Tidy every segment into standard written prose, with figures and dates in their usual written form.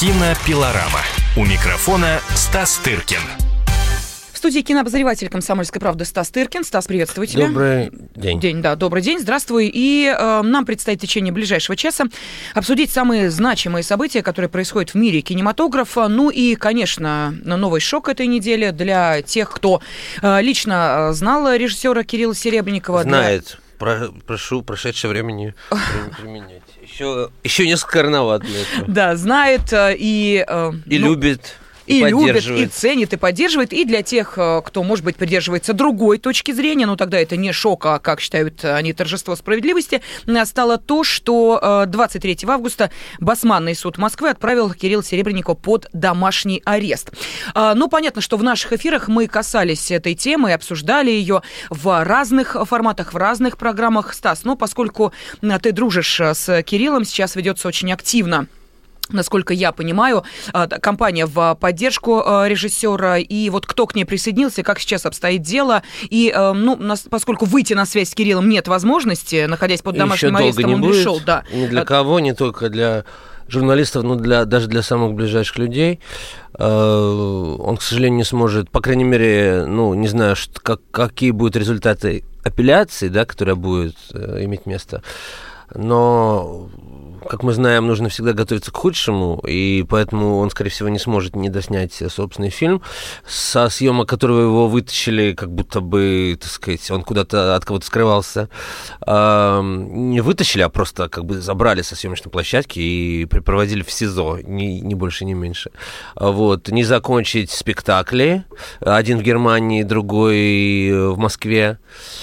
Кинопилорама. У микрофона Стас Тыркин. В студии кинообозреватель «Комсомольской правды» Стас Тыркин. Стас, приветствую тебя. Добрый день. Добрый день, здравствуй. И нам предстоит в течение ближайшего часа обсудить самые значимые события, которые происходят в мире кинематографа. Ну и, конечно, новый шок этой недели для тех, кто лично знал режиссера Кирилла Серебренникова. Знает. Прошу прошедшее время не применять. Еще несколько рановато для этого. Да, знает и любит. И любит, и ценит, и поддерживает. И для тех, кто, может быть, придерживается другой точки зрения, но тогда это не шок, а, как считают они, торжество справедливости, стало то, что 23 августа Басманный суд Москвы отправил Кирилла Серебренникова под домашний арест. Ну, понятно, что в наших эфирах мы касались этой темы и обсуждали ее в разных форматах, в разных программах. Стас, но поскольку ты дружишь с Кириллом, сейчас ведется очень активно, насколько я понимаю, кампания в поддержку режиссера, и вот кто к ней присоединился, как сейчас обстоит дело, и, поскольку выйти на связь с Кириллом нет возможности, находясь под домашним арестом, он пришел, да. Ни для кого, не только для журналистов, но даже для самых ближайших людей. Он, к сожалению, не сможет, по крайней мере, не знаю, какие будут результаты апелляции, да, которая будет иметь место, но, как мы знаем, нужно всегда готовиться к худшему, и поэтому он, скорее всего, не сможет не доснять собственный фильм, со съемок которого его вытащили, как будто бы, так сказать, он куда-то от кого-то скрывался. Не вытащили, а просто как бы забрали со съемочной площадки и припроводили в СИЗО, ни больше, ни меньше. Вот. Не закончить спектакли, один в Германии, другой в Москве,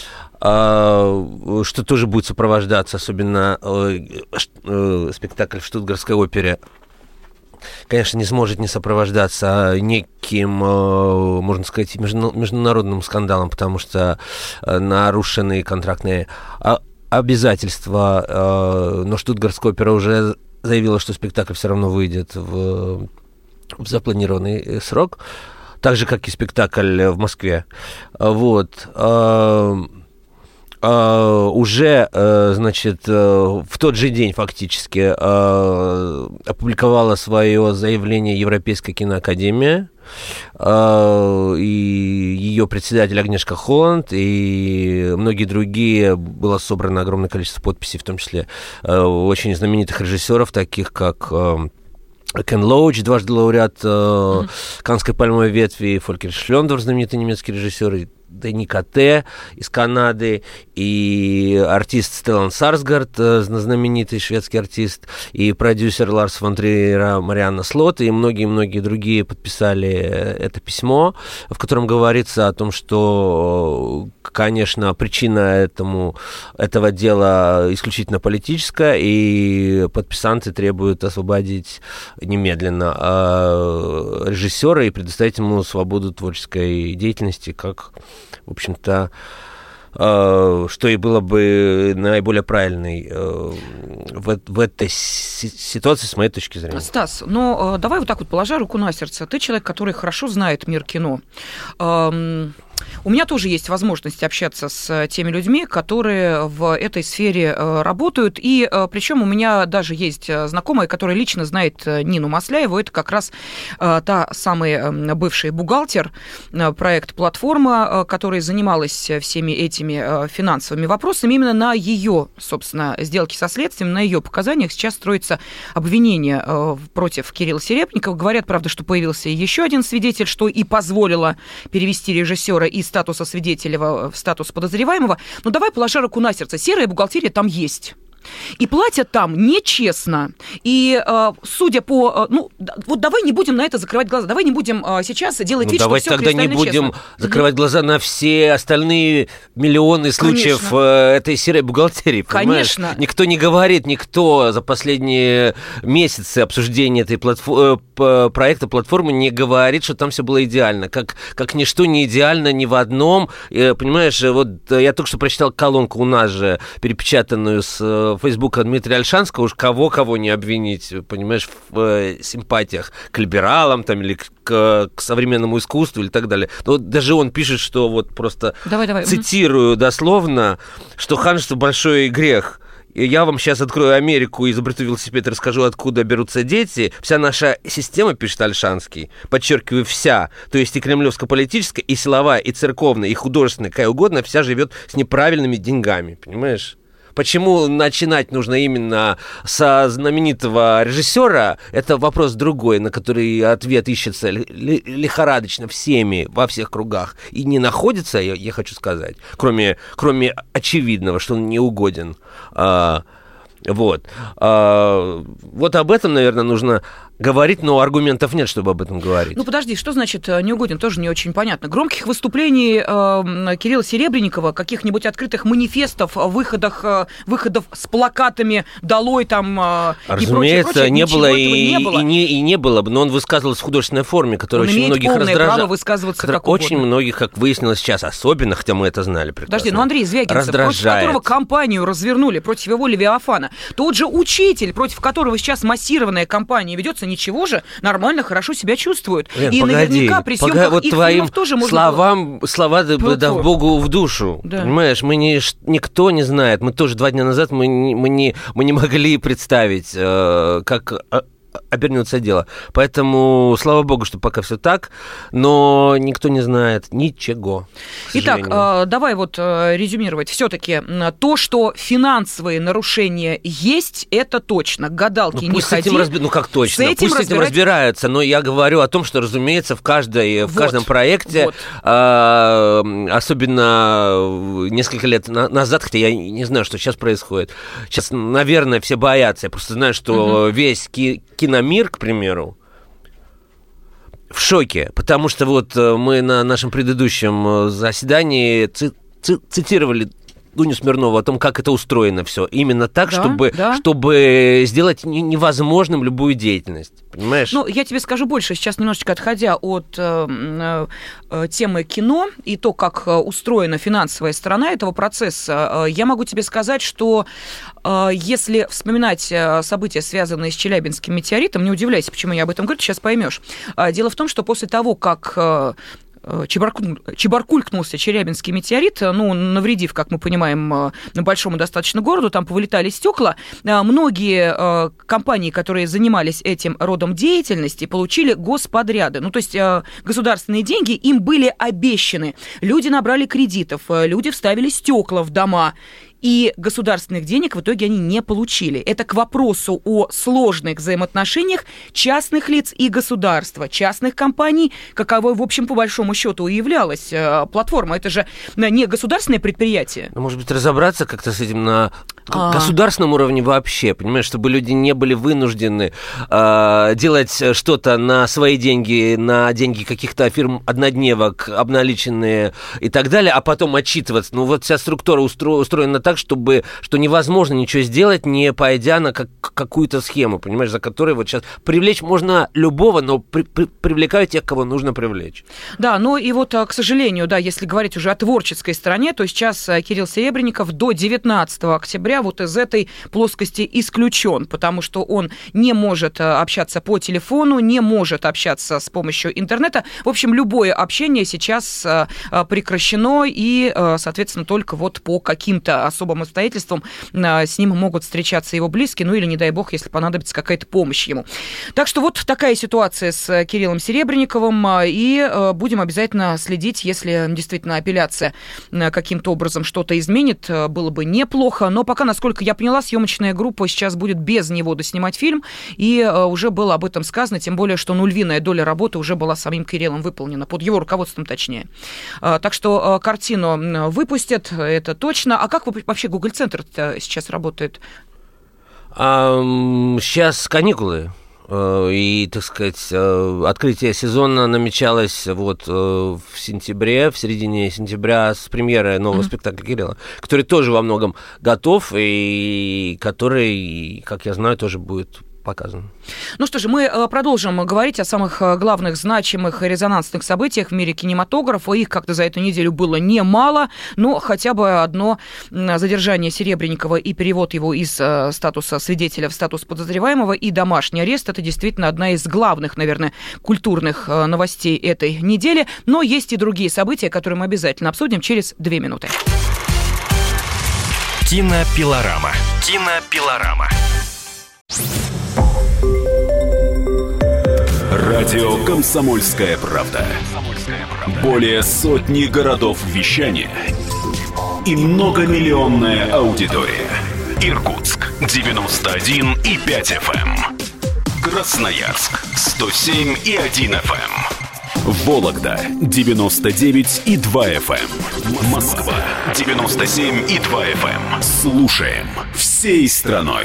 что тоже будет сопровождаться, особенно спектакль в Штутгартской опере, конечно, не сможет не сопровождаться неким, можно сказать, международным скандалом, потому что нарушены контрактные обязательства, но Штутгартская опера уже заявила, что спектакль все равно выйдет в запланированный срок, так же, как и спектакль в Москве. Вот. Уже, значит, в тот же день фактически опубликовала свое заявление Европейская киноакадемия, и ее председатель Агнешка Холланд, и многие другие. Было собрано огромное количество подписей, в том числе очень знаменитых режиссеров, таких как Кен Лоуч, дважды лауреат Каннской пальмовой ветви, Фолькер Шлёндорф, знаменитый немецкий режиссер, и Дени Кате из Канады, и артист Стеллан Сарсгард, знаменитый шведский артист, и продюсер Ларс фон Триера, Марианна Слот, и многие-многие другие подписали это письмо, в котором говорится о том, что, конечно, причина этого дела исключительно политическая, и подписанты требуют освободить немедленно режиссера и предоставить ему свободу творческой деятельности, как, в общем-то, что и было бы наиболее правильной в этой ситуации, с моей точки зрения. Стас, давай вот так вот, положа руку на сердце. Ты человек, который хорошо знает мир кино. У меня тоже есть возможность общаться с теми людьми, которые в этой сфере работают, и причем у меня даже есть знакомая, которая лично знает Нину Масляеву, это как раз та самая бывший бухгалтер, проект «Платформа», которая занималась всеми этими финансовыми вопросами. Именно на ее, собственно, сделке со следствием, на ее показаниях сейчас строится обвинение против Кирилла Серебренникова. Говорят, правда, что появился еще один свидетель, что и позволило перевести режиссера из статуса свидетеля в статус подозреваемого. Но давай, положа руку на сердце, серая бухгалтерия там есть. И платят там нечестно. И судя по... вот давай не будем на это закрывать глаза. Давай не будем сейчас делать вид, что все кристально честно. Давайте тогда не будем закрывать глаза на все остальные миллионы случаев этой серой бухгалтерии. Понимаешь? Конечно. Никто не говорит, никто за последние месяцы обсуждения этой проекта платформы не говорит, что там все было идеально. Как ничто не идеально ни в одном. Понимаешь, вот я только что прочитал колонку у нас же, перепечатанную с Фейсбука Дмитрия Ольшанского, уж кого не обвинить, понимаешь, в симпатиях к либералам там, или к современному искусству или так далее. Но вот даже он пишет, что вот просто давай. Цитирую дословно, что ханство – большой грех. я вам сейчас открою Америку, изобрету велосипед и расскажу, откуда берутся дети. Вся наша система, пишет Ольшанский, подчеркиваю, вся, то есть и кремлевско-политическая, и силовая, и церковная, и художественная, какая угодно, вся живет с неправильными деньгами, понимаешь? Почему начинать нужно именно со знаменитого режиссера, это вопрос другой, на который ответ ищется лихорадочно всеми, во всех кругах. И не находится, я хочу сказать, кроме очевидного, что он не угоден. Вот об этом, наверное, нужно говорить, но аргументов нет, чтобы об этом говорить. Ну, подожди, что значит не угоден? Тоже не очень понятно. Громких выступлений Кирилла Серебренникова, каких-нибудь открытых манифестов, выходов с плакатами «Долой» там разумеется, и прочее, не было, не было бы, но он высказывался в художественной форме, которая очень многих раздражала. Право высказываться как угодно. Очень многих, как выяснилось сейчас, особенно, хотя мы это знали прекрасно. Подожди, Андрей Звягинцев, против которого кампанию развернули, против его Левиафана, тот же учитель, против которого сейчас массированная кампания ведется, ничего же, нормально, хорошо себя чувствуют. Лен, и наверняка при съемках вот их твоим фильмов тоже можно слова да Богу в душу. Да. Понимаешь, никто не знает. Мы тоже 2 дня назад мы не могли представить, как обернется дело. Поэтому, слава богу, что пока все так, но никто не знает ничего. Итак, давай резюмировать. Все-таки то, что финансовые нарушения есть, это точно. Гадалки не ходи. Как точно? Пусть с этим разбираются. Но я говорю о том, что, разумеется, в каждом проекте, особенно несколько лет назад, хотя я не знаю, что сейчас происходит. Сейчас, наверное, все боятся. Я просто знаю, что весь киномир, к примеру, в шоке, потому что мы на нашем предыдущем заседании цитировали Дуню Смирнову о том, как это устроено все. Именно так, чтобы сделать невозможным любую деятельность. Понимаешь? Ну, я тебе скажу больше. Сейчас немножечко отходя от темы кино и то, как устроена финансовая сторона этого процесса, я могу тебе сказать, что если вспоминать события, связанные с Челябинским метеоритом, не удивляйся, почему я об этом говорю, ты сейчас поймешь. Дело в том, что после того, как чебаркулькнулся Челябинский метеорит, навредив, как мы понимаем, большому достаточно городу, там повылетали стекла. Многие компании, которые занимались этим родом деятельности, получили господряды. То есть государственные деньги им были обещаны. Люди набрали кредитов, люди вставили стекла в дома. И государственных денег в итоге они не получили. Это к вопросу о сложных взаимоотношениях частных лиц и государства, частных компаний, каковой, в общем, по большому счету и являлась платформа. Это же не государственное предприятие. Может быть, разобраться как-то с этим на государственном уровне вообще, понимаешь, чтобы люди не были вынуждены делать что-то на свои деньги, на деньги каких-то фирм-однодневок, обналиченные и так далее, а потом отчитываться. Вся структура устроена так, что невозможно ничего сделать, не пойдя на какую-то схему, понимаешь, за которой сейчас привлечь можно любого, но привлекают тех, кого нужно привлечь. Да, и к сожалению, если говорить уже о творческой стороне, то сейчас Кирилл Серебренников до 19 октября из этой плоскости исключен, потому что он не может общаться по телефону, не может общаться с помощью интернета. В общем, любое общение сейчас прекращено, и, соответственно, только по каким-то особым обстоятельствам с ним могут встречаться его близкие, или, не дай бог, если понадобится какая-то помощь ему. Так что такая ситуация с Кириллом Серебренниковым, и будем обязательно следить, если действительно апелляция каким-то образом что-то изменит, было бы неплохо, но пока, насколько я поняла, съемочная группа сейчас будет без него доснимать фильм, и уже было об этом сказано, тем более, что львиная доля работы уже была самим Кириллом выполнена, под его руководством точнее. Так что картину выпустят, это точно. А как вообще Google-центр сейчас работает? Сейчас каникулы. И, так сказать, открытие сезона намечалось в сентябре, в середине сентября с премьерой нового спектакля Кирилла, который тоже во многом готов и который, как я знаю, тоже будет показан. Ну что же, мы продолжим говорить о самых главных, значимых и резонансных событиях в мире кинематографа. Их как-то за эту неделю было немало, но хотя бы одно задержание Серебренникова и перевод его из статуса свидетеля в статус подозреваемого и домашний арест — это действительно одна из главных, наверное, культурных новостей этой недели. Но есть и другие события, которые мы обязательно обсудим через 2 минуты. Кинопилорама. Кинопилорама. Радио «Комсомольская правда». Более сотни городов вещания и многомиллионная аудитория. Иркутск 91,5 FM. Красноярск 107,1 FM. Вологда 99,2 FM. Москва 97,2 FM. Слушаем всей страной.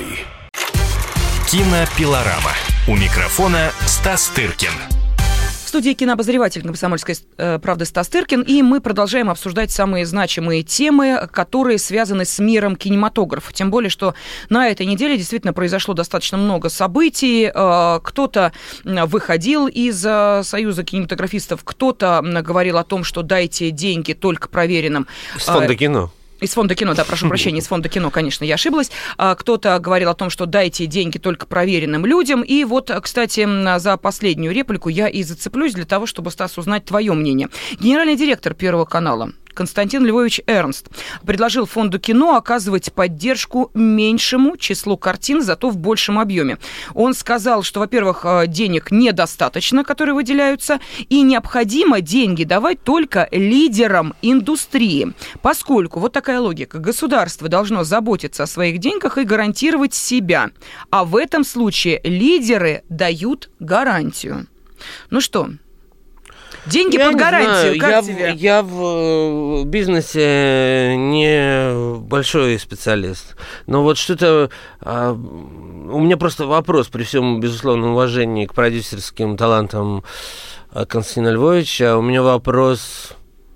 Кинопилорама. У микрофона Стас Тыркин. В студии кинообозреватель «Комсомольской правды» Стас Тыркин, и мы продолжаем обсуждать самые значимые темы, которые связаны с миром кинематографа. Тем более, что на этой неделе действительно произошло достаточно много событий. Кто-то выходил из Союза кинематографистов, кто-то говорил о том, что дайте деньги только проверенным. Из фонда кино. Из фонда кино, да, прошу прощения, из фонда кино, конечно, я ошиблась. Кто-то говорил о том, что дайте деньги только проверенным людям. И вот, кстати, за последнюю реплику я и зацеплюсь для того, чтобы, Стас, узнать твое мнение. Генеральный директор Первого канала Константин Львович Эрнст предложил фонду кино оказывать поддержку меньшему числу картин, зато в большем объеме. Он сказал, что, во-первых, денег недостаточно, которые выделяются, и необходимо деньги давать только лидерам индустрии, поскольку, вот такая логика, государство должно заботиться о своих деньгах и гарантировать себя, а в этом случае лидеры дают гарантию. Ну что, деньги под гарантию, как тебе? Я в бизнесе не большой специалист. Но вот что-то... у меня просто вопрос, при всем безусловном уважении к продюсерским талантам Константина Львовича, у меня вопрос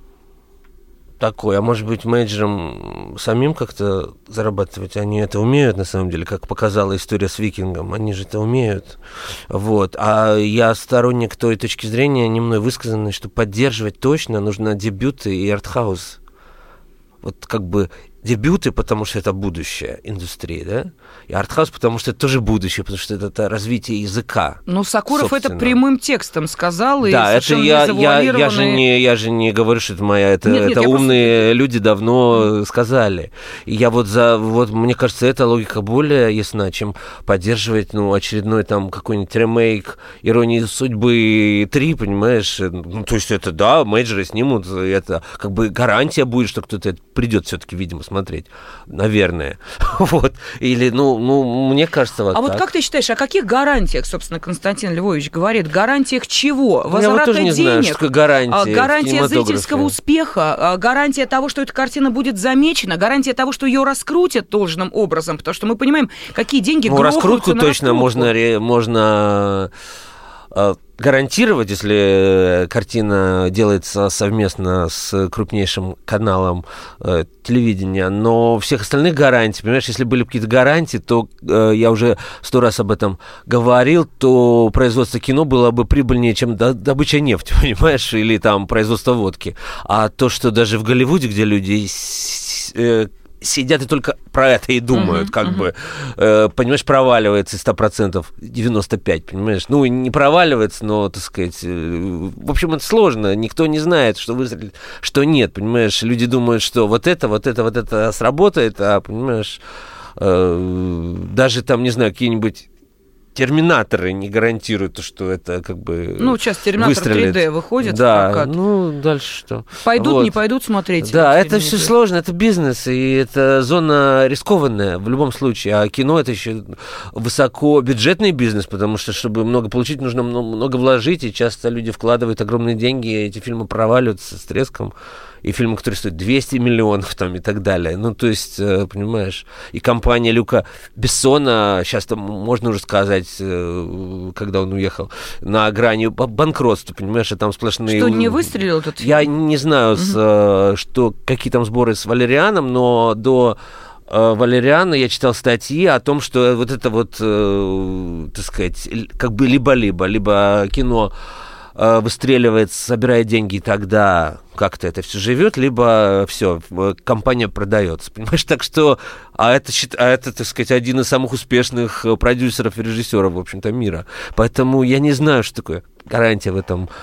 такой, а может быть, менеджерам самим как-то зарабатывать? Они это умеют, на самом деле, как показала история с «Викингом». Они же это умеют. Вот. А я сторонник той точки зрения, не мной высказанной, что поддерживать точно нужно дебюты и артхаус. Вот как бы дебюты, потому что это будущее индустрии, да? И артхаус, потому что это тоже будущее, потому что это развитие языка. Ну, Сокуров это прямым текстом сказал, и да, совершенно это незавуалированный... я же не говорю, что это моя... Это умные люди давно сказали. И я вот мне кажется, эта логика более ясна, чем поддерживать, очередной там какой-нибудь ремейк «Иронии судьбы 3», понимаешь? Ну, то есть это, да, менеджеры снимут, это как бы гарантия будет, что кто-то придет все-таки, видимо, смотреть, наверное. Вот. Или, мне кажется, вот так. Вот как ты считаешь, о каких гарантиях, собственно, Константин Львович говорит? Гарантиях чего? Возврата денег? Я вот тоже не знаю, что такое гарантия. Гарантия зрительского успеха, гарантия того, что эта картина будет замечена, гарантия того, что ее раскрутят должным образом, потому что мы понимаем, какие деньги грохаются раскрутку на точно раскрутку. можно гарантировать, если картина делается совместно с крупнейшим каналом телевидения, но всех остальных гарантий, понимаешь, если были какие-то гарантии, то я уже 100 раз об этом говорил, то производство кино было бы прибыльнее, чем добыча нефти, понимаешь, или там производство водки. А то, что даже в Голливуде, где люди сидят и только про это и думают, понимаешь, проваливается из 100%, 95%, понимаешь? Ну, не проваливается, но, так сказать, в общем, это сложно, никто не знает, что выстрелит, что нет, понимаешь? Люди думают, что вот это сработает, а, понимаешь, даже там, не знаю, какие-нибудь терминаторы не гарантируют, что это как бы сейчас терминатор выстрелит. 3D выходит да, в прокат. Дальше что? Пойдут, не пойдут смотреть. Да, это все сложно, это бизнес, и это зона рискованная в любом случае. А кино это еще высокобюджетный бизнес, потому что, чтобы много получить, нужно много вложить, и часто люди вкладывают огромные деньги, и эти фильмы проваливаются с треском. И фильмы, которые стоят 200 миллионов там, и так далее. Ну, то есть, понимаешь, и компания Люка Бессона, сейчас там можно уже сказать, когда он уехал, на грани банкротства, понимаешь, и там сплошные... Что, не выстрелил этот фильм? Я не знаю, какие там сборы с Валерианом, но до Валериана я читал статьи о том, что вот это вот, так сказать, как бы либо кино выстреливает, собирает деньги, и тогда как-то это все живет, либо все, компания продается, понимаешь? Так что, это, так сказать, один из самых успешных продюсеров и режиссеров, в общем-то, мира. Поэтому я не знаю, что такое гарантия в этом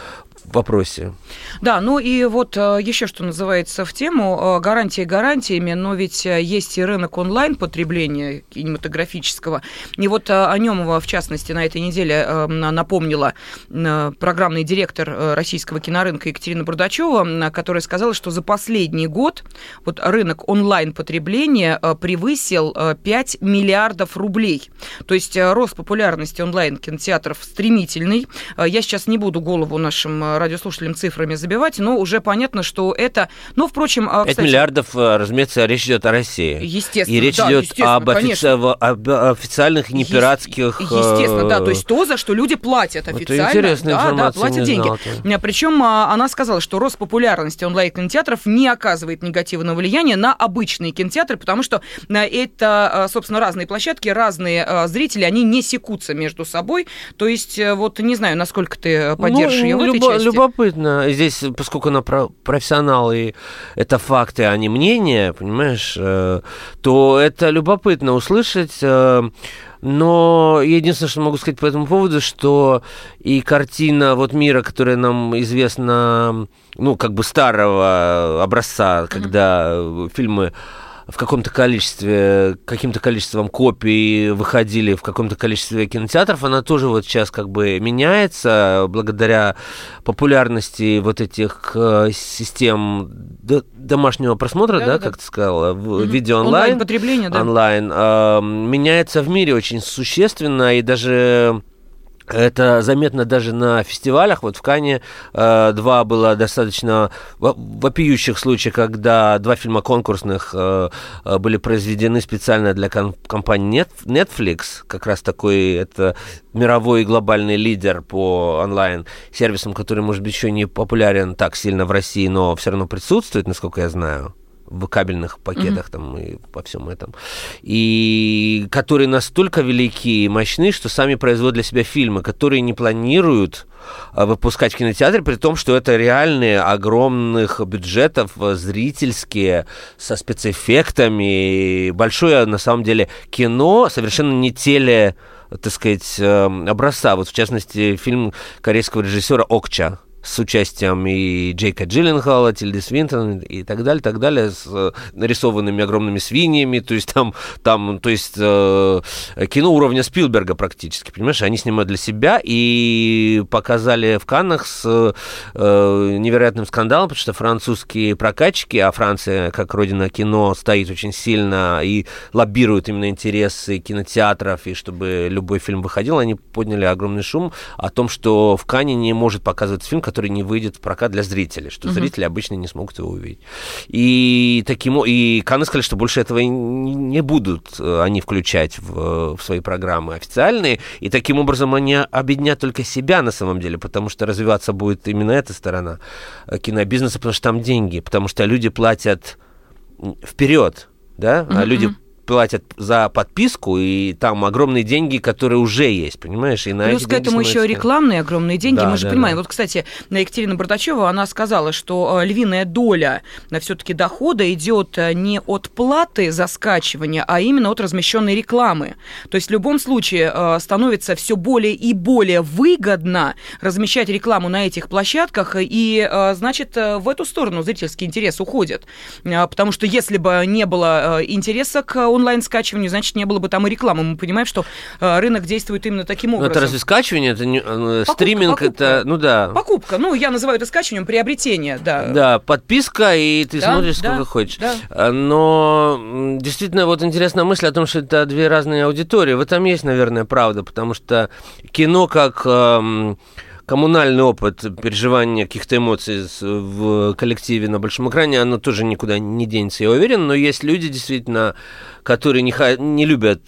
вопросе. Да, ну и вот еще что называется в тему, гарантии гарантиями, но ведь есть и рынок онлайн-потребления кинематографического, и вот о нем, в частности, на этой неделе напомнила программный директор российского кинорынка Екатерина Бардачева, которая сказала, что за последний год вот рынок онлайн-потребления превысил 5 миллиардов рублей. То есть рост популярности онлайн-кинотеатров стремительный. Я сейчас не буду голову нашим радиослушателям цифрами забивать, но уже понятно, что это... Но, впрочем, 5 кстати, миллиардов, разумеется, речь идет о России. Естественно. И речь идет об официальных, не пиратских... Естественно, да. То есть то, за что люди платят официально. Это интересная информация, платят деньги. Причем она сказала, что рост популярности онлайн-кинотеатров не оказывает негативного влияния на обычные кинотеатры, потому что это, собственно, разные площадки, разные зрители, они не секутся между собой. То есть, вот не знаю, насколько ты поддержишь ее в этой части. Любопытно. Здесь, поскольку она профессионал, и это факты, а не мнения, понимаешь, то это любопытно услышать. Но единственное, что могу сказать по этому поводу, что и картина вот мира, которая нам известна, ну, как бы старого образца, когда фильмы в каком-то количестве, каким-то количеством копий выходили в каком-то количестве кинотеатров, она тоже вот сейчас как бы меняется благодаря популярности вот этих систем домашнего просмотра, да, как ты сказала, видео онлайн. Онлайн-потребление, да. Онлайн. Меняется в мире очень существенно, и даже... Это заметно даже на фестивалях. Вот в Канне два было достаточно вопиющих случая, когда два фильма конкурсных были произведены специально для компании Netflix, как раз такой, это мировой и глобальный лидер по онлайн-сервисам, который, может быть, еще не популярен так сильно в России, но все равно присутствует, насколько я знаю, в кабельных пакетах там и по всем этом, и которые настолько велики и мощны, что сами производят для себя фильмы, которые не планируют выпускать в кинотеатре, при том, что это реальные огромных бюджетов, зрительские, со спецэффектами, большое, на самом деле, кино, совершенно не теле, так сказать, образца. Вот, в частности, фильм корейского режиссера «Окча», с участием и Джейка Джилленхала, Тильды Свинтон и так далее, с нарисованными огромными свиньями, то есть там то есть кино уровня Спилберга практически, понимаешь, они снимают для себя и показали в Каннах с невероятным скандалом, потому что французские прокатчики, а Франция, как родина кино, стоит очень сильно и лоббирует именно интересы кинотеатров, и чтобы любой фильм выходил, они подняли огромный шум о том, что в Канне не может показывать фильм, который не выйдет в прокат для зрителей, что зрители обычно не смогут его увидеть. И Канны сказали, что больше этого не будут они включать в свои программы официальные, и таким образом они объединят только себя на самом деле, потому что развиваться будет именно эта сторона кинобизнеса, потому что там деньги, потому что люди платят вперед, да, а люди платят за подписку, и там огромные деньги, которые уже есть, понимаешь? И на плюс к этому еще рекламные огромные деньги, да, мы же понимаем. Вот, кстати, Екатерина Бардачева, она сказала, что львиная доля все-таки дохода идет не от платы за скачивание, а именно от размещенной рекламы. То есть в любом случае становится все более и более выгодно размещать рекламу на этих площадках, и, значит, в эту сторону зрительский интерес уходит. Потому что если бы не было интереса к онлайн-скачиванию, значит, не было бы там и рекламы. Мы понимаем, что рынок действует именно таким образом. Но это разве скачивание? Это не, стриминг, покупка. Это, ну да. Покупка, ну, я называю это скачиванием, приобретение, да. Да, подписка, и ты смотришь, сколько хочешь. Да. Но действительно, вот интересная мысль о том, что это две разные аудитории. В этом есть, наверное, правда, потому что кино как... коммунальный опыт переживания каких-то эмоций в коллективе на большом экране, оно тоже никуда не денется, я уверен, но есть люди, действительно, которые не любят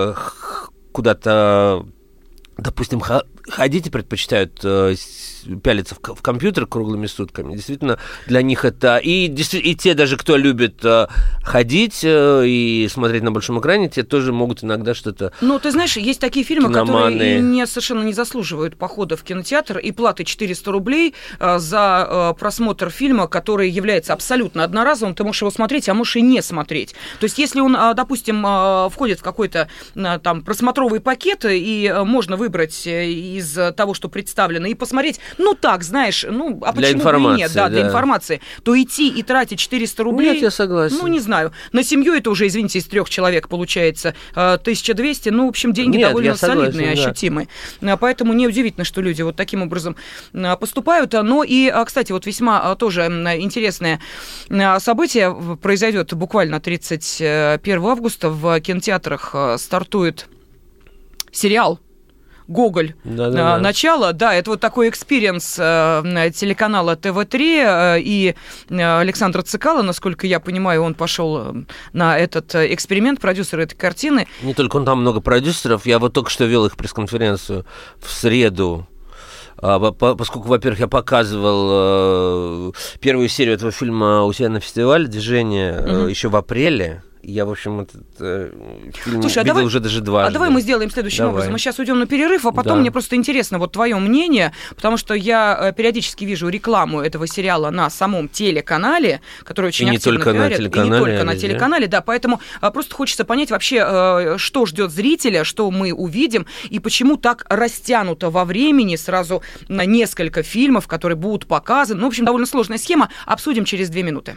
куда-то, допустим, ходить и предпочитают пялиться в компьютер круглыми сутками. Действительно, для них это... И те даже, кто любит ходить и смотреть на большом экране, те тоже могут иногда что-то... Ну, ты знаешь, есть такие фильмы, которые совершенно не заслуживают похода в кинотеатр и платы 400 рублей за просмотр фильма, который является абсолютно одноразовым. Ты можешь его смотреть, а можешь и не смотреть. То есть, если он, допустим, входит в какой-то там просмотровый пакет, и можно выбрать из из того, что представлено, и посмотреть, ну так, знаешь, ну, а для почему бы и нет, да, для информации, то идти и тратить 400 рублей... Нет, я согласен. Ну, не знаю. На семью это уже, извините, из 3 человек получается 1200, ну, в общем, деньги довольно солидные, ощутимые. Поэтому неудивительно, что люди вот таким образом поступают. Но и, кстати, вот весьма тоже интересное событие произойдет буквально 31 августа. В кинотеатрах стартует сериал «Гоголь. Начало». Да, это вот такой экспириенс телеканала ТВ-3, и Александр Цикало, насколько я понимаю, он пошел на этот эксперимент, продюсер этой картины. Не только он, там много продюсеров. Я вот только что вел их пресс-конференцию в среду, поскольку, во-первых, я показывал первую серию этого фильма у себя на фестивале «Движение» еще в апреле. Я, в общем, этот фильм видел уже даже дважды. А давай мы сделаем следующим образом. Мы сейчас уйдем на перерыв, а потом мне просто интересно вот твое мнение, потому что я периодически вижу рекламу этого сериала на самом телеканале, который очень активно пиарят. И не только на телеканале, да, поэтому просто хочется понять вообще, что ждет зрителя, что мы увидим, и почему так растянуто во времени сразу на несколько фильмов, которые будут показаны. Ну, в общем, довольно сложная схема. Обсудим через 2 минуты.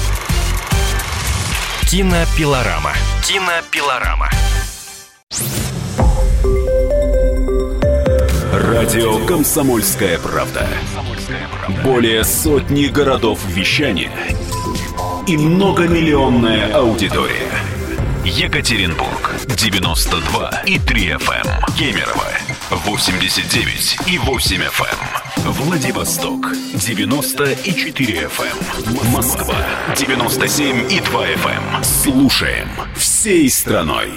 Кинопилорама. Кинопилорама. Радио «Комсомольская правда». Более сотни городов вещания и многомиллионная аудитория. Екатеринбург 92,3 FM. Кемерово 89,8 FM. Владивосток 90,4 FM. Москва 97,2 FM. Слушаем всей страной.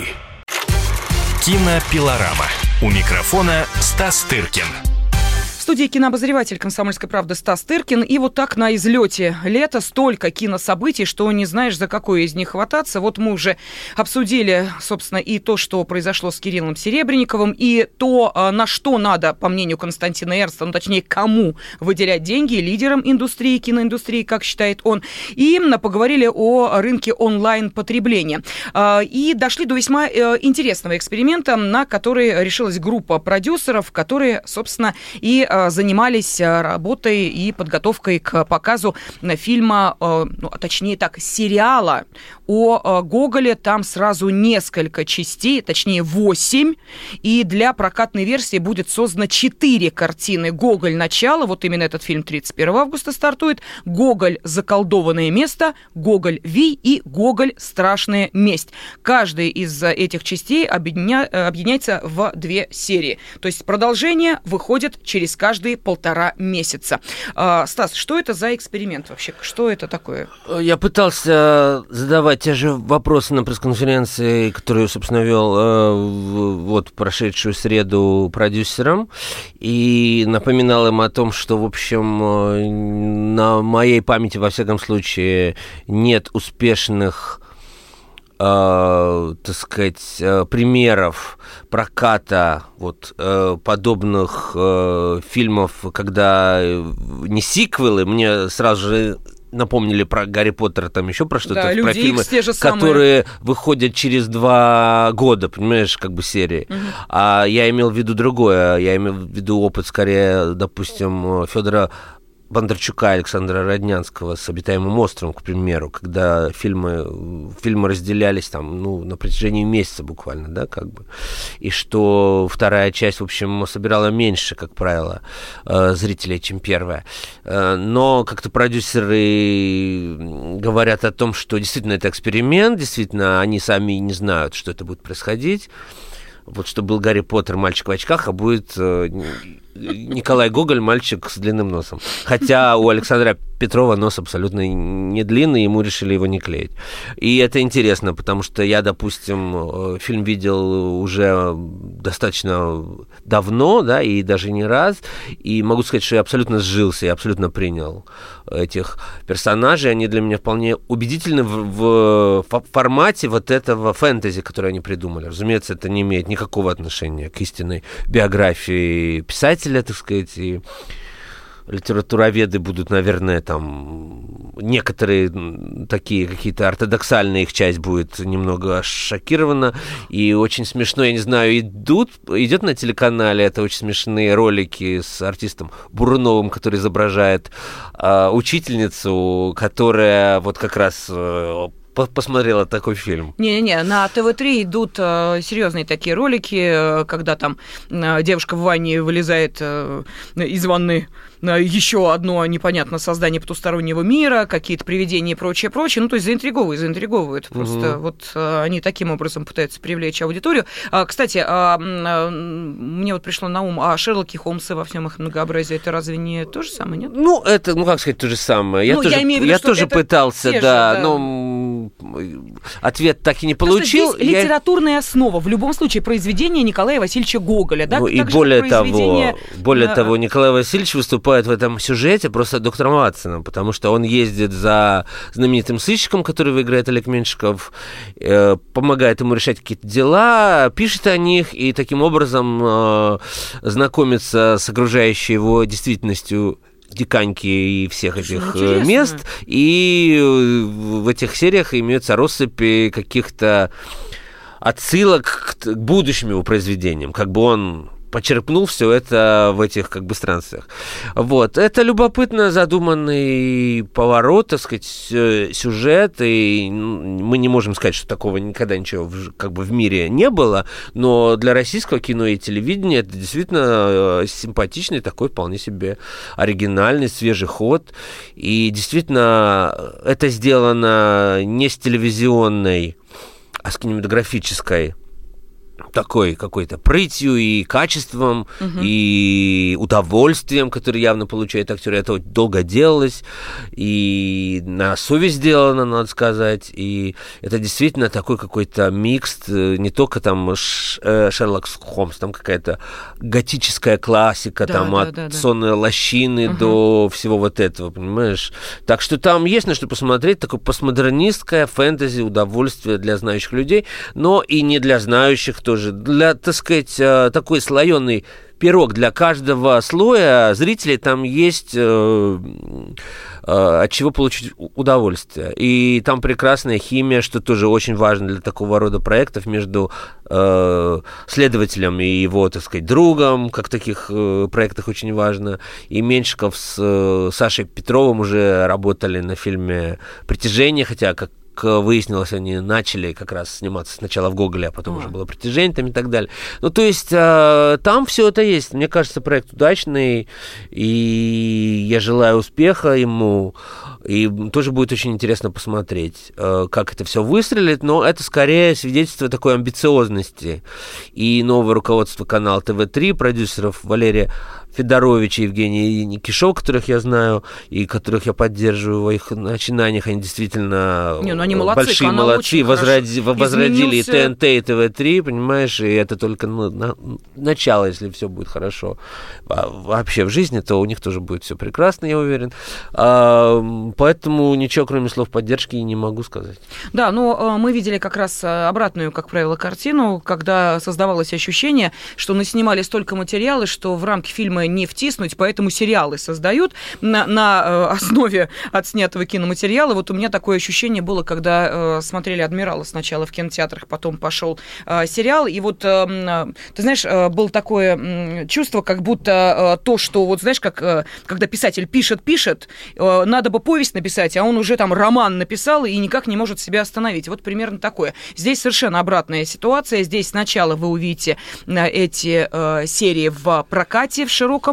Кинопилорама. У микрофона Стас Тыркин. В студии кинообозреватель «Комсомольской правды» Стас Тыркин. И вот так на излете лета столько кинособытий, что не знаешь, за какое из них хвататься. Вот мы уже обсудили, собственно, и то, что произошло с Кириллом Серебренниковым, и то, на что надо, по мнению Константина Эрнста, ну, точнее, кому выделять деньги, лидерам индустрии, киноиндустрии, как считает он. И поговорили о рынке онлайн-потребления. И дошли до весьма интересного эксперимента, на который решилась группа продюсеров, которые, собственно, и занимались работой и подготовкой к показу фильма, ну, точнее так, сериала о Гоголе. Там сразу несколько частей, точнее 8, и для прокатной версии будет создано 4 картины. «Гоголь. Начало», вот именно этот фильм 31 августа стартует, «Гоголь. Заколдованное место», «Гоголь. Вий» и «Гоголь. Страшная месть». Каждая из этих частей объединяется в 2 серии. То есть продолжение выходит через каждые 1,5 месяца. Стас, что это за эксперимент вообще? Что это такое? Я пытался задавать те же вопросы на пресс-конференции, которую, собственно, вел вот прошедшую среду продюсерам, и напоминал им о том, что, в общем, на моей памяти, во всяком случае, нет успешных, так сказать, примеров проката вот подобных фильмов, когда не сиквелы, мне сразу же напомнили про Гарри Поттера, там еще про что-то, да, про фильмы, которые выходят через 2 года, понимаешь, как бы серии. А я имел в виду другое, я имел в виду опыт, скорее, допустим, Федора Бондарчука, Александра Роднянского с «Обитаемым островом», к примеру, когда фильмы разделялись там, ну, на протяжении месяца буквально, да, как бы, и что вторая часть, в общем, собирала меньше, как правило, зрителей, чем первая. Но как-то продюсеры говорят о том, что действительно это эксперимент, действительно они сами не знают, что это будет происходить. Вот что был Гарри Поттер, мальчик в очках, а будет Николай Гоголь, мальчик с длинным носом. Хотя у Александра Петрова нос абсолютно не длинный, ему решили его не клеить. И это интересно, потому что я, допустим, фильм видел уже достаточно давно, да, и даже не раз, и могу сказать, что я абсолютно сжился, я абсолютно принял этих персонажей, они для меня вполне убедительны в формате вот этого фэнтези, которое они придумали. Разумеется, это не имеет никакого отношения к истинной биографии писателя, так сказать, и литературоведы будут, наверное, там некоторые такие какие-то ортодоксальные, их часть будет немного шокирована. И очень смешно, я не знаю, идет на телеканале, это очень смешные ролики с артистом Буруновым, который изображает учительницу, которая вот как раз посмотрела такой фильм. Не-не-не, на ТВ-3 идут серьезные такие ролики, когда там девушка в ванне вылезает из ванны, еще одно непонятное создание потустороннего мира, какие-то привидения и прочее. Ну, то есть заинтриговывают. Просто вот они таким образом пытаются привлечь аудиторию. Кстати, мне вот пришло на ум, а Шерлоки Холмсы во всем их многообразии, это разве не то же самое, нет? Ну, это, как сказать, то же самое. Я тоже пытался, да, но ответ так и не получил. Здесь литературная основа. В любом случае, произведение Николая Васильевича Гоголя. Да? Ну, и более того, Николай Васильевич выступает в этом сюжете просто доктором Ватсоном, потому что он ездит за знаменитым сыщиком, которого играет Олег Меньшиков, помогает ему решать какие-то дела, пишет о них и таким образом знакомится с окружающей его действительностью Диканьки и всех этих мест. И в этих сериях имеются россыпи каких-то отсылок к будущим его произведениям, как бы он почерпнул все это в этих как бы странствиях. Вот. Это любопытно задуманный поворот, так сказать, сюжет, и мы не можем сказать, что такого никогда ничего как бы в мире не было, но для российского кино и телевидения это действительно симпатичный, такой вполне себе оригинальный, свежий ход, и действительно это сделано не с телевизионной, а с кинематографической такой какой-то прытью и качеством, и удовольствием, которое явно получает актер. Это долго делалось, и на совесть сделано, надо сказать. И это действительно такой какой-то микс, не только там Шерлок Холмс, там какая-то готическая классика, от сонной лощины до всего вот этого, понимаешь? Так что там есть на что посмотреть, такое постмодернистское фэнтези, удовольствие для знающих людей, но и не для знающих тоже, для, так сказать, такой слоеный пирог для каждого слоя зрителей, там есть от чего получить удовольствие. И там прекрасная химия, что тоже очень важно для такого рода проектов, между следователем и его, так сказать, другом, как в таких проектах очень важно. И Меньшиков с Сашей Петровым уже работали на фильме «Притяжение», хотя, как выяснилось, они начали как раз сниматься сначала в Гоголе, а потом уже было «Притяжение» там и так далее. Ну, то есть там все это есть. Мне кажется, проект удачный, и я желаю успеха ему, и тоже будет очень интересно посмотреть, как это все выстрелит, но это скорее свидетельство такой амбициозности. И новое руководство канала ТВ-3, продюсеров Валерия Федоровича и Евгения Никишова, которых я знаю и которых я поддерживаю в их начинаниях, они действительно они молодцы, большие молодцы, возродили и ТНТ, и ТВ-3, понимаешь, и это только начало, если все будет хорошо. Вообще в жизни, то у них тоже будет все прекрасно, я уверен. Поэтому ничего, кроме слов поддержки, не могу сказать. Да, но мы видели как раз обратную, как правило, картину, когда создавалось ощущение, что наснимали столько материала, что в рамки фильма не втиснуть, поэтому сериалы создают на основе отснятого киноматериала. Вот у меня такое ощущение было, когда смотрели «Адмирала» сначала в кинотеатрах, потом пошел сериал, и вот, ты знаешь, было такое чувство, как будто то, что, вот знаешь, как когда писатель пишет, надо бы повесть написать, а он уже там роман написал и никак не может себя остановить. Вот примерно такое. Здесь совершенно обратная ситуация. Здесь сначала вы увидите эти серии в прокате,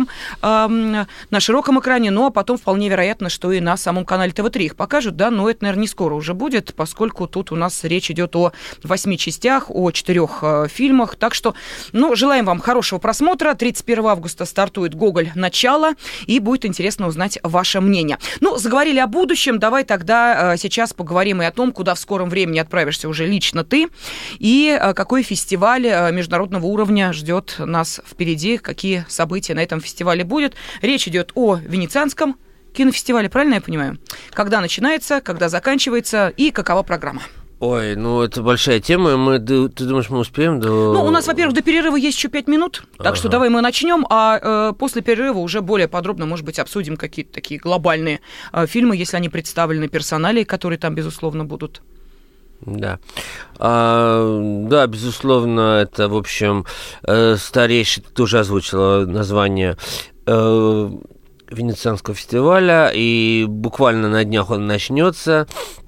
на широком экране, но потом вполне вероятно, что и на самом канале ТВ-3 их покажут, да, но это, наверное, не скоро уже будет, поскольку тут у нас речь идет о 8 частях, о 4 фильмах, так что, желаем вам хорошего просмотра. 31 августа стартует «Гоголь. Начало», и будет интересно узнать ваше мнение. Заговорили о будущем, давай тогда сейчас поговорим и о том, куда в скором времени отправишься уже лично ты, и какой фестиваль международного уровня ждет нас впереди, какие события на этом фестивале будет. Речь идет о Венецианском кинофестивале, правильно я понимаю? Когда начинается, когда заканчивается и какова программа? Ой, ну это большая тема. Ты думаешь, мы успеем? Ну, у нас, во-первых, до перерыва есть еще 5 минут, так что давай мы начнем, а после перерыва уже более подробно, может быть, обсудим какие-то такие глобальные фильмы, если они представлены, персоналии, которые там, безусловно, будут. Да. Да, безусловно, это, в общем, старейший, ты уже озвучила название Венецианского фестиваля, и буквально на днях он начнется.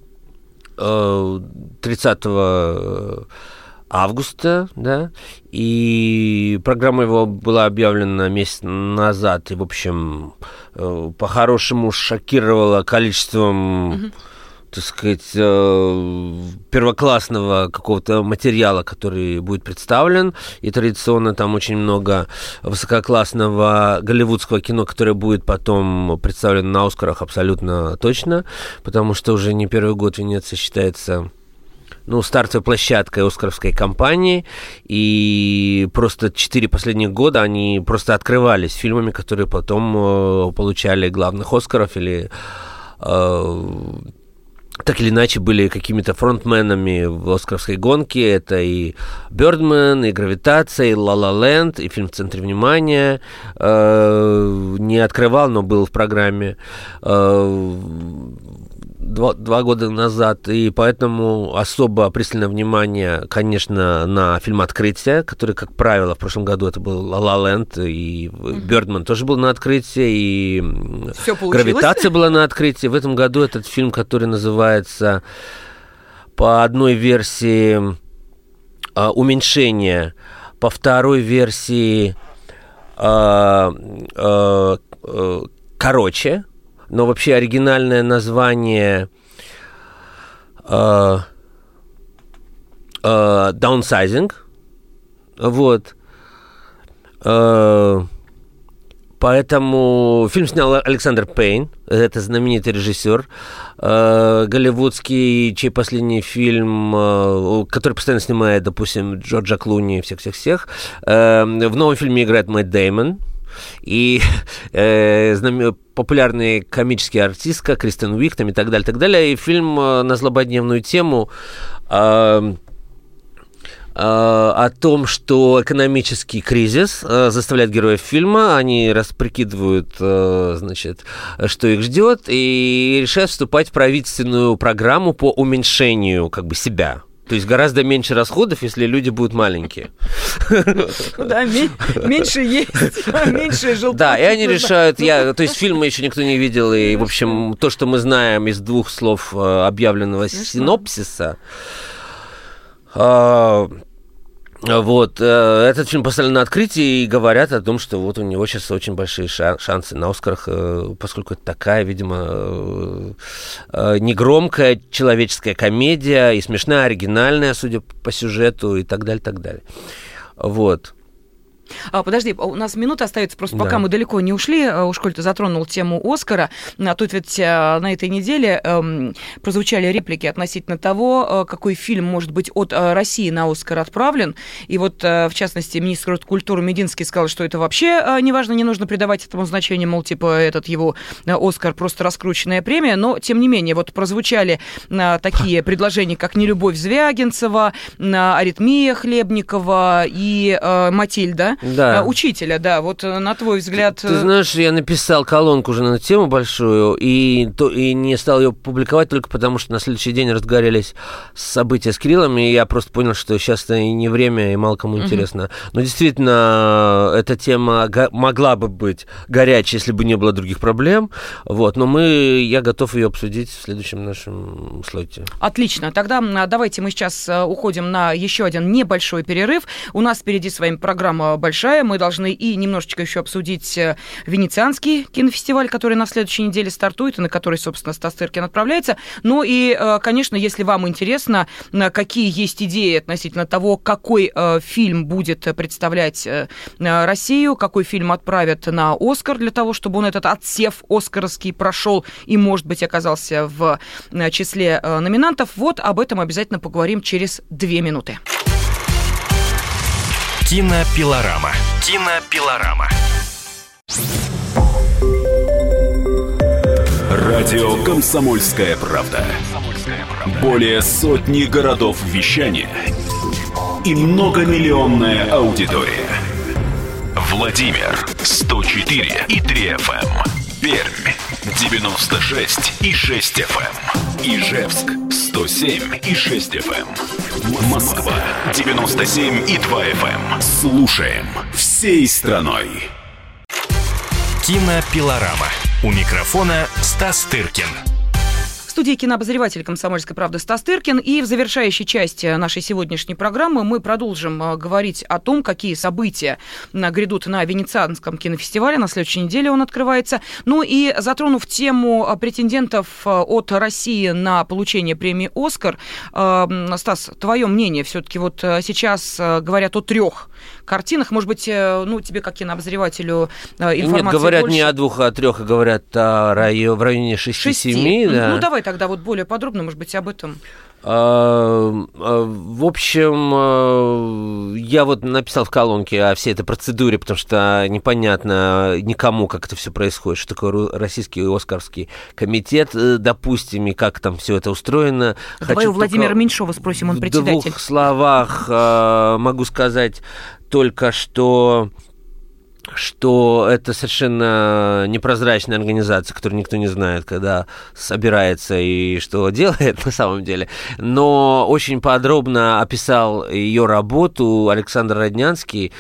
30 августа, да, и программа его была объявлена месяц назад, и, в общем, по-хорошему шокировала количеством, так сказать, первоклассного какого-то материала, который будет представлен, и традиционно там очень много высококлассного голливудского кино, которое будет потом представлено на «Оскарах» абсолютно точно, потому что уже не первый год Венеция считается, ну, стартовой площадкой оскаровской кампании, и просто 4 последних года они просто открывались фильмами, которые потом получали главных «Оскаров» или так или иначе были какими-то фронтменами в оскаровской гонке. Это и «Бёрдмэн», и «Гравитация», и «Ла Ла Ленд», и фильм «В центре внимания». Не открывал, но был в программе 2 года назад, и поэтому особо пристальное внимание, конечно, на фильм «Открытие», который, как правило, в прошлом году это был «Ла Ла Ленд», и «Бёрдмэн» тоже был на открытии, и «Гравитация» была на открытии. В этом году этот фильм, который называется по одной версии «Уменьшение», по второй версии «Короче», но вообще оригинальное название «Downsizing». Вот. Поэтому фильм снял Александр Пейн, это знаменитый режиссер голливудский, чей последний фильм, который постоянно снимает, допустим, Джорджа Клуни и всех-всех-всех. В новом фильме играет Мэтт Дэймон. И популярная комическая артистка Кристен Уиг там, и так далее, так далее. И фильм на злободневную тему о том, что экономический кризис заставляет героев фильма, они прикидывают, значит, что их ждет, и решают вступать в правительственную программу по уменьшению как бы себя. То есть гораздо меньше расходов, если люди будут маленькие. Да, меньше есть, меньше желток. Да, и они решают, то есть фильма еще никто не видел, и, в общем, то, что мы знаем из 2 слов объявленного синопсиса, вот, этот фильм поставлен на открытии и говорят о том, что вот у него сейчас очень большие шансы на «Оскарах», поскольку это такая, видимо, негромкая человеческая комедия и смешная, оригинальная, судя по сюжету, и так далее, так далее. Вот. Подожди, у нас минута остается, просто пока мы далеко не ушли, уж коль ты затронул тему «Оскара», тут ведь на этой неделе прозвучали реплики относительно того, какой фильм может быть от России на «Оскар» отправлен, и вот, в частности, министр культуры Мединский сказал, что это вообще неважно, не нужно придавать этому значения, мол, типа, этот его «Оскар» просто раскрученная премия, но, тем не менее, вот прозвучали такие предложения, как «Нелюбовь» Звягинцева, «Аритмия» Хлебникова и «Матильда». Да. Учителя, да, вот на твой взгляд... Ты знаешь, я написал колонку уже на эту тему большую, и не стал ее публиковать только потому, что на следующий день разгорелись события с Кириллом, и я просто понял, что сейчас это и не время, и мало кому интересно. Но действительно, эта тема могла бы быть горячей, если бы не было других проблем, вот, но я готов ее обсудить в следующем нашем слоте. Отлично, тогда давайте мы сейчас уходим на еще один небольшой перерыв. У нас впереди с вами программа большая. Мы должны и немножечко еще обсудить Венецианский кинофестиваль, который на следующей неделе стартует, и на который, собственно, Стас Тыркин отправляется. Ну и, конечно, если вам интересно, какие есть идеи относительно того, какой фильм будет представлять Россию, какой фильм отправят на «Оскар» для того, чтобы он этот отсев оскаровский прошел и, может быть, оказался в числе номинантов, вот об этом обязательно поговорим через 2 минуты. Кинопилорама. Кинопилорама. Радио «Комсомольская правда». Более сотни городов вещания и многомиллионная аудитория. Владимир 104 и 3 FM. Пермь 96 и 6 FM. Ижевск 107 и 6 FM. Москва 97 и 2 FM. Слушаем всей страной. Кинопилорама. У микрофона Стас Тыркин. В студии кинообозреватель «Комсомольской правды» Стас Тыркин. И в завершающей части нашей сегодняшней программы мы продолжим говорить о том, какие события грядут на Венецианском кинофестивале. На следующей неделе он открывается. Ну и затронув тему претендентов от России на получение премии «Оскар», Стас, твое мнение? Все-таки вот сейчас говорят о 3 картинах. Может быть, тебе как кинообозревателю информации Нет, говорят больше? Не о 2, а 3, а говорят в районе 6-7. Да. Ну, давай тогда вот более подробно, может быть, об этом. В общем, я вот написал в колонке о всей этой процедуре, потому что непонятно никому, как это все происходит, что такое Российский Оскарский комитет, допустим, и как там все это устроено. Давай у Владимира Меньшова спросим, он председатель. В 2 словах могу сказать только, что это совершенно непрозрачная организация, которую никто не знает, когда собирается и что делает на самом деле. Но очень подробно описал ее работу Александр Роднянский.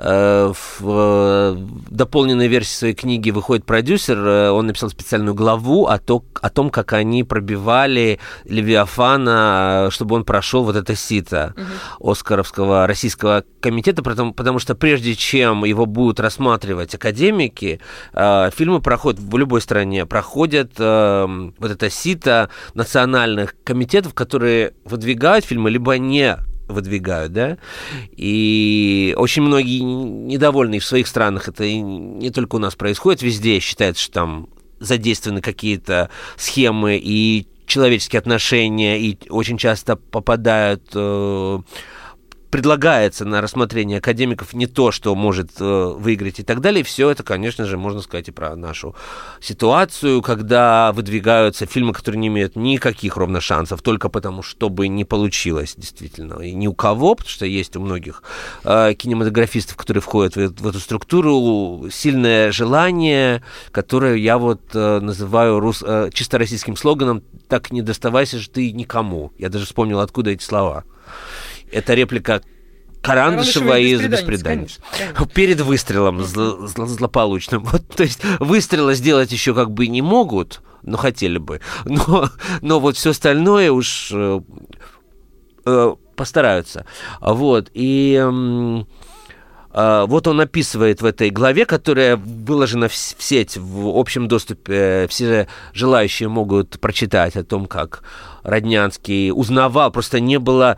В дополненной версии своей книги «Выходит продюсер». Он написал специальную главу о том, как они пробивали Левиафана, чтобы он прошел вот это сито Оскаровского российского комитета, потому что прежде чем его будут рассматривать академики, фильмы проходят в любой стране, проходят вот это сито национальных комитетов, которые выдвигают фильмы, либо не выдвигают, да, и очень многие недовольны в своих странах, это не только у нас происходит, везде считается, что там задействованы какие-то схемы и человеческие отношения, и очень часто предлагается на рассмотрение академиков не то, что может выиграть и так далее. И все это, конечно же, можно сказать и про нашу ситуацию, когда выдвигаются фильмы, которые не имеют никаких ровно шансов, только потому, чтобы не получилось действительно. И ни у кого, потому что есть у многих кинематографистов, которые входят в эту структуру, сильное желание, которое я вот называю чисто российским слоганом «Так не доставайся же ты никому». Я даже вспомнил, откуда эти слова. Это реплика Карандышева из «Бесприданниц». Перед выстрелом злополучным. Вот, то есть выстрела сделать еще как бы не могут, но хотели бы. Но вот все остальное уж постараются. Вот. И вот он описывает в этой главе, которая выложена в сеть, в общем доступе, все желающие могут прочитать о том, как Роднянский узнавал, просто не было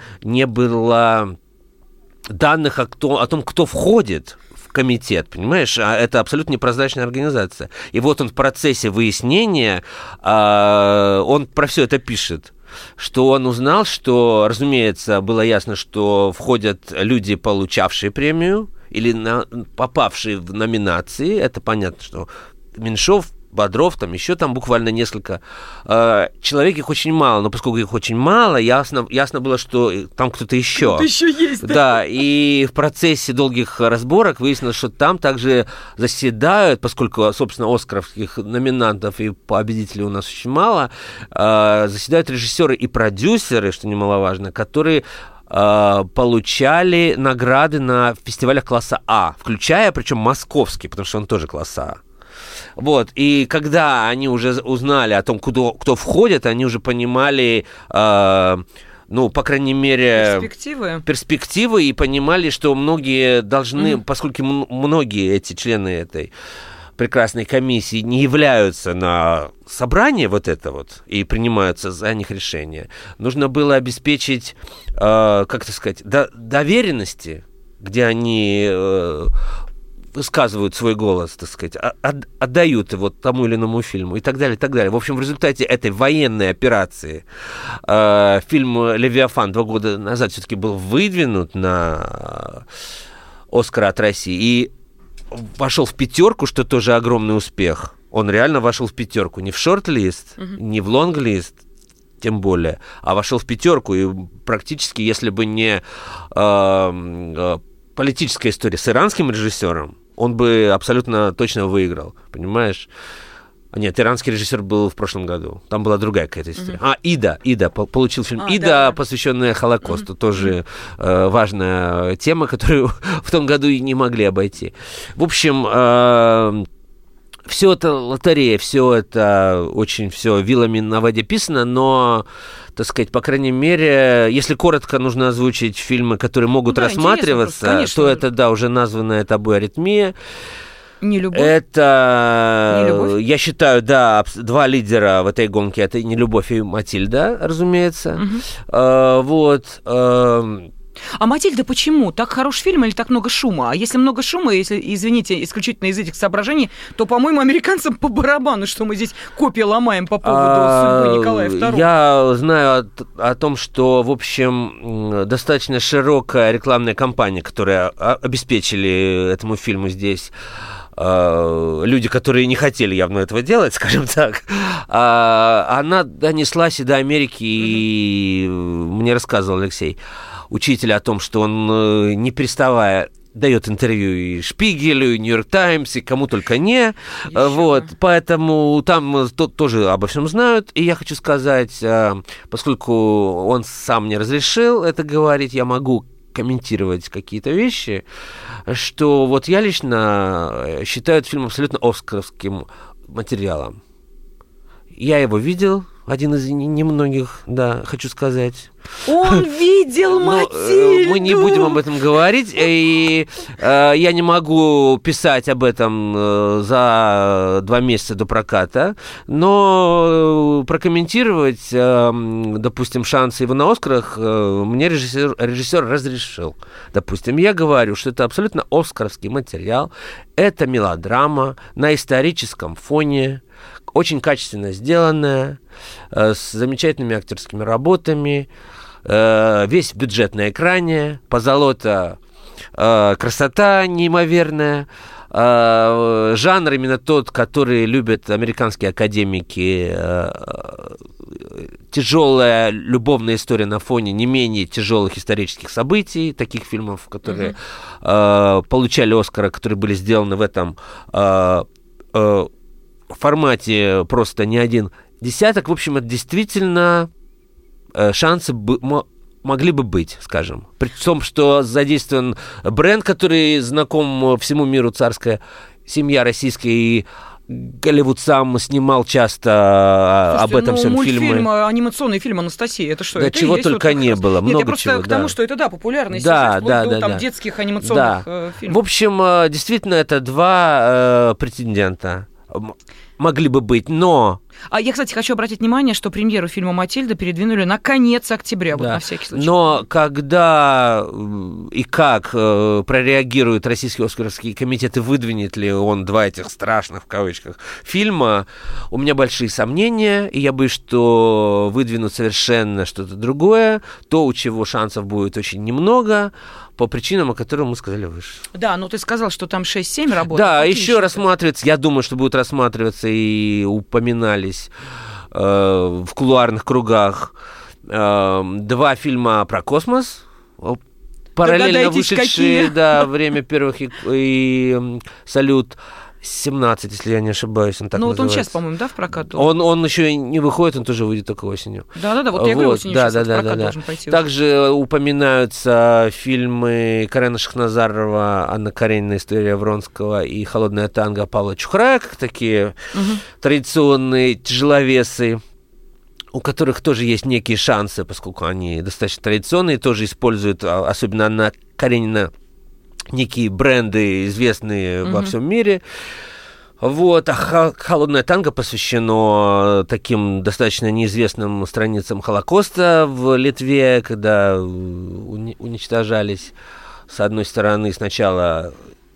данных о том, кто входит в комитет, понимаешь? А это абсолютно непрозрачная организация. И вот он в процессе выяснения, он про все это пишет, что он узнал, что, разумеется, было ясно, что входят люди, получавшие премию, или попавшие в номинации. Это понятно, что Меньшов, Бодров, там еще там буквально несколько человек, их очень мало, но поскольку их очень мало, ясно было, что там кто-то еще. Кто-то еще есть, да, и в процессе долгих разборок выяснилось, что там также заседают, поскольку, собственно, оскаровских номинантов и победителей у нас очень мало, заседают режиссеры и продюсеры, что немаловажно, которые получали награды на фестивалях класса А, включая, причем московский, потому что он тоже класс А. Вот, и когда они уже узнали о том, кто входит, они уже понимали, по крайней мере, перспективы и понимали, что многие должны, поскольку многие эти члены этой прекрасной комиссии не являются на собрание вот это вот и принимаются за них решения, нужно было обеспечить, доверенности, где они высказывают свой голос, так сказать, отдают его тому или иному фильму и так далее, и так далее. В общем, в результате этой военной операции фильм «Левиафан» 2 года назад все-таки был выдвинут на «Оскар» от России и вошел в 5, что тоже огромный успех. Он реально вошел в 5, не в шорт-лист, не в лонг-лист, тем более, а вошел в 5, и практически, если бы не политическая история с иранским режиссером, он бы абсолютно точно выиграл, понимаешь? Нет, иранский режиссер был в прошлом году. Там была другая какая-то история. Ида получил фильм «Ида», да. Посвященная Холокосту. Тоже важная тема, которую в том году и не могли обойти. В общем, все это лотерея, все это очень все вилами на воде писано, но, так сказать, по крайней мере, если коротко нужно озвучить фильмы, которые могут рассматриваться, то это, да, уже названная тобой «Аритмия». «Нелюбовь». Это, «Нелюбовь». Я считаю, да, 2 лидера в этой гонке. Это «Нелюбовь» и «Матильда», разумеется. Вот. А «Матильда» почему? Так хороший фильм или так много шума? А если много шума, если, извините, исключительно из этих соображений, то, по-моему, американцам по барабану, что мы здесь копии ломаем по поводу судьбы Николая II. Я знаю о том, что, в общем, достаточно широкая рекламная кампания, которая обеспечили этому фильму здесь люди, которые не хотели явно этого делать, скажем так, она донеслась и до Америки, и мне рассказывал Алексей, учитель, о том, что он, не переставая, дает интервью и Шпигелю, и Нью-Йорк Таймс, и кому только не. Вот, поэтому там тоже обо всем знают. И я хочу сказать, поскольку он сам не разрешил это говорить, я могу комментировать какие-то вещи, что вот я лично считаю этот фильм абсолютно оскаровским материалом. Я его видел, один из немногих, да, хочу сказать. Он видел Матильду! Мы не будем об этом говорить, и я не могу писать об этом за 2 месяца до проката, но прокомментировать, допустим, шансы его на Оскарах мне режиссер разрешил. Допустим, я говорю, что это абсолютно оскаровский материал, это мелодрама на историческом фоне, очень качественно сделанная, с замечательными актерскими работами, весь бюджет на экране, позолота, красота неимоверная, жанр именно тот, который любят американские академики, тяжелая любовная история на фоне не менее тяжелых исторических событий, таких фильмов, которые получали Оскара, которые были сделаны в этом формате просто не один десяток. В общем, это действительно шансы могли бы быть, скажем. При том, что задействован бренд, который знаком всему миру, «Царская семья» российская, и Голливуд сам снимал часто. Слушайте, об этом всем фильмы. Анимационный фильм «Анастасия», это что? Да, это чего только вот не было, много я просто чего. К тому, что это, да, популярный да, до там, детских анимационных фильмов. В общем, действительно, это 2 претендента могли бы быть, но... А я, кстати, хочу обратить внимание, что премьеру фильма «Матильда» передвинули на конец октября, вот на всякий случай. Но когда и как прореагирует Российский Оскаровский комитет и выдвинет ли он 2 этих страшных, в кавычках, фильма, у меня большие сомнения, и я боюсь, что выдвинут совершенно что-то другое, то, у чего шансов будет очень немного, по причинам, о которых мы сказали выше. Да, ну ты сказал, что там 6-7 работ. Да, еще рассматривается, я думаю, что будут рассматриваться и упоминались в кулуарных кругах 2 фильма про космос, параллельно вышедшие, да, «Время первых» и «Салют». 17, если я не ошибаюсь, он так называется. Вот он сейчас, по-моему, да, в прокат? Он еще не выходит, он тоже выйдет только осенью. Да-да-да, вот я говорю, осенью сейчас в прокат должен пойти. Также упоминаются фильмы Карена Шахназарова, Анна Каренина, «История Вронского» и «Холодное танго» Павла Чухрая, как такие традиционные тяжеловесы, у которых тоже есть некие шансы, поскольку они достаточно традиционные, тоже используют, особенно Анна Каренина, некие бренды, известные во всем мире. Вот. А «Холодное танго» посвящено таким достаточно неизвестным страницам Холокоста в Литве, когда уничтожались, с одной стороны, сначала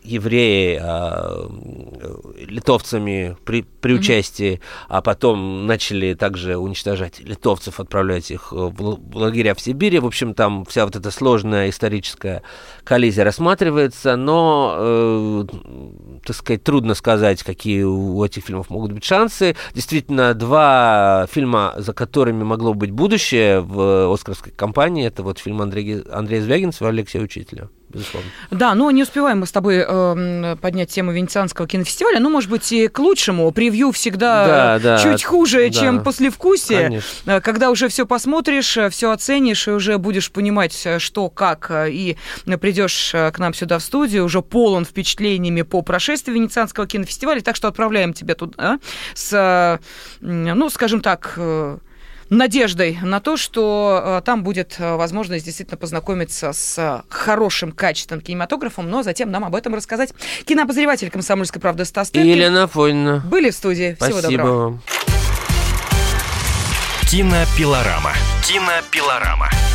евреи литовцами при участии, а потом начали также уничтожать литовцев, отправлять их в лагеря в Сибири. В общем, там вся вот эта сложная историческая коллизия рассматривается, но, так сказать, трудно сказать, какие у этих фильмов могут быть шансы. Действительно, 2 фильма, за которыми могло быть будущее в оскаровской кампании, это вот фильм Андрея Звягинцева и Алексея Учителя. Безусловно. Да, но не успеваем мы с тобой поднять тему Венецианского кинофестиваля. Ну, может быть, и к лучшему. Превью всегда чуть хуже, чем послевкусие. Конечно. Когда уже все посмотришь, все оценишь, и уже будешь понимать, что, как, и придешь к нам сюда в студию, уже полон впечатлениями по прошествии Венецианского кинофестиваля. Так что отправляем тебя туда с, ну, скажем так, надеждой на то, что там будет возможность действительно познакомиться с хорошим, качественным кинематографом, но затем нам об этом рассказать кинообозреватель «Комсомольской правды» Стас Тыркин. Елена Афонина. Были в студии. Спасибо. Всего доброго. Кинопилорама. Кинопилорама.